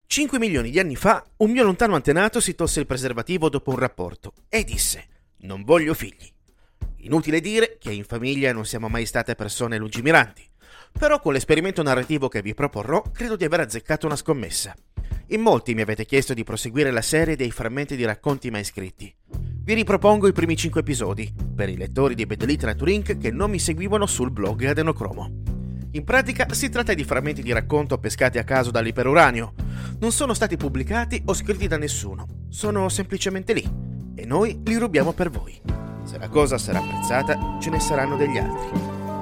5 milioni di anni fa, un mio lontano antenato si tolse il preservativo dopo un rapporto e disse: non voglio figli. Inutile dire che in famiglia non siamo mai state persone lungimiranti, però con l'esperimento narrativo che vi proporrò credo di aver azzeccato una scommessa. In molti mi avete chiesto di proseguire la serie dei frammenti di racconti mai scritti. Vi ripropongo i primi 5 episodi, per i lettori di Bad Literature Inc. che non mi seguivano sul blog Adenocromo. In pratica si tratta di frammenti di racconto pescati a caso dall'iperuranio. Non sono stati pubblicati o scritti da nessuno, sono semplicemente lì e noi li rubiamo per voi. Se la cosa sarà apprezzata, ce ne saranno degli altri.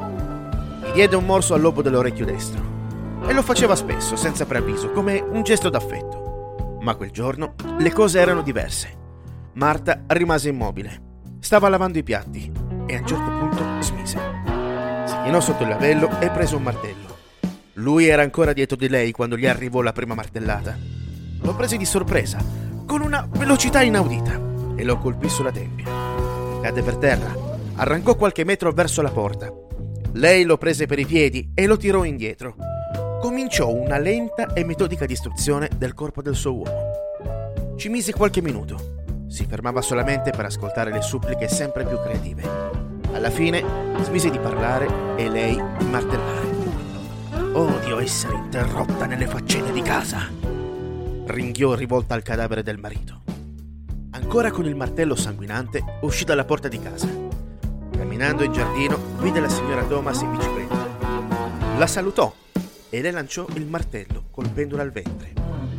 Mi diede un morso al lobo dell'orecchio destro e lo faceva spesso, senza preavviso, come un gesto d'affetto. Ma quel giorno le cose erano diverse. Marta rimase immobile, stava lavando i piatti e a un certo punto smise. Si chinò sotto il lavello e prese un martello. Lui era ancora dietro di lei quando gli arrivò la prima martellata. Lo prese di sorpresa, con una velocità inaudita, e lo colpì sulla tempia. Cadde per terra, arrancò qualche metro verso la porta. Lei lo prese per i piedi e lo tirò indietro. Cominciò una lenta e metodica distruzione del corpo del suo uomo. Ci mise qualche minuto. Si fermava solamente per ascoltare le suppliche sempre più creative. Alla fine smise di parlare e lei di martellare. Odio essere interrotta nelle faccende di casa, ringhiò rivolta al cadavere del marito. Ancora con il martello sanguinante uscì dalla porta di casa. Camminando in giardino vide la signora Thomas in bicicletta. La salutò e le lanciò il martello colpendola al ventre.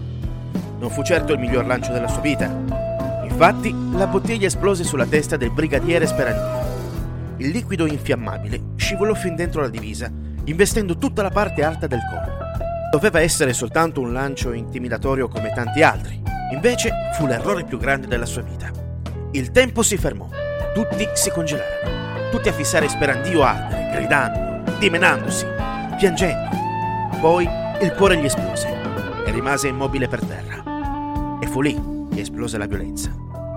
Non fu certo il miglior lancio della sua vita. Infatti la bottiglia esplose sulla testa del brigadiere Sperandio. Il liquido infiammabile scivolò fin dentro la divisa, investendo tutta la parte alta del corpo. Doveva essere soltanto un lancio intimidatorio come tanti altri. Invece fu l'errore più grande della sua vita. Il tempo si fermò. Tutti si congelarono. Tutti a fissare Sperandio ardere, gridando, dimenandosi, piangendo. Poi il cuore gli esplose e rimase immobile per terra. E fu lì che esplose la violenza.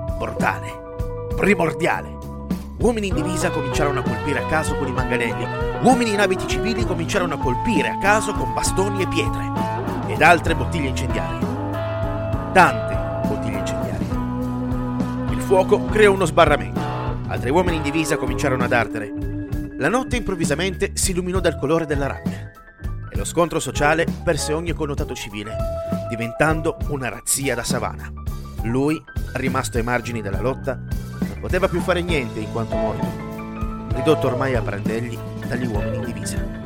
Brutale, primordiale. Uomini in divisa cominciarono a colpire a caso con i manganelli. Uomini in abiti civili cominciarono a colpire a caso con bastoni e pietre. Ed altre bottiglie incendiarie. Tante bottiglie incendiarie. Il fuoco creò uno sbarramento. Altri uomini in divisa cominciarono ad ardere. La notte improvvisamente si illuminò dal colore della rabbia. E lo scontro sociale perse ogni connotato civile, diventando una razzia da savana. Lui, rimasto ai margini della lotta, non poteva più fare niente in quanto morto, ridotto ormai a brandelli dagli uomini in divisa.